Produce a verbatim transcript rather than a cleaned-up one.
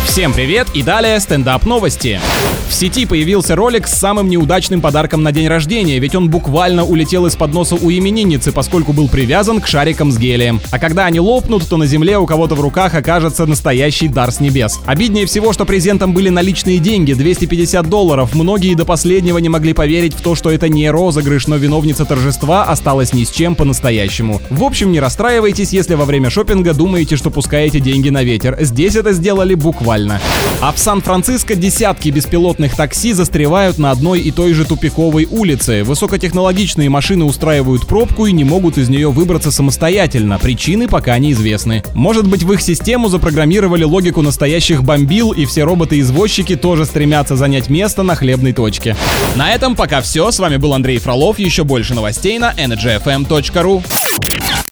Всем привет и далее стендап новости. В сети появился ролик с самым неудачным подарком на день рождения, ведь он буквально улетел из-под носа у именинницы, поскольку был привязан к шарикам с гелием. А когда они лопнут, то на земле у кого-то в руках окажется настоящий дар с небес. Обиднее всего, что презентом были наличные деньги, двести пятьдесят долларов. Многие до последнего не могли поверить в то, что это не розыгрыш, но виновница торжества осталась ни с чем по-настоящему. В общем, не расстраивайтесь, если во время шопинга думаете, что пускаете деньги на ветер. Здесь это сделали буквально. А в Сан-Франциско десятки беспилотных такси застревают на одной и той же тупиковой улице. Высокотехнологичные машины устраивают пробку и не могут из нее выбраться самостоятельно. Причины пока неизвестны. Может быть, в их систему запрограммировали логику настоящих бомбил, и все роботы-извозчики тоже стремятся занять место на хлебной точке. На этом пока все. С вами был Андрей Фролов. Еще больше новостей на energy эф эм точка ру.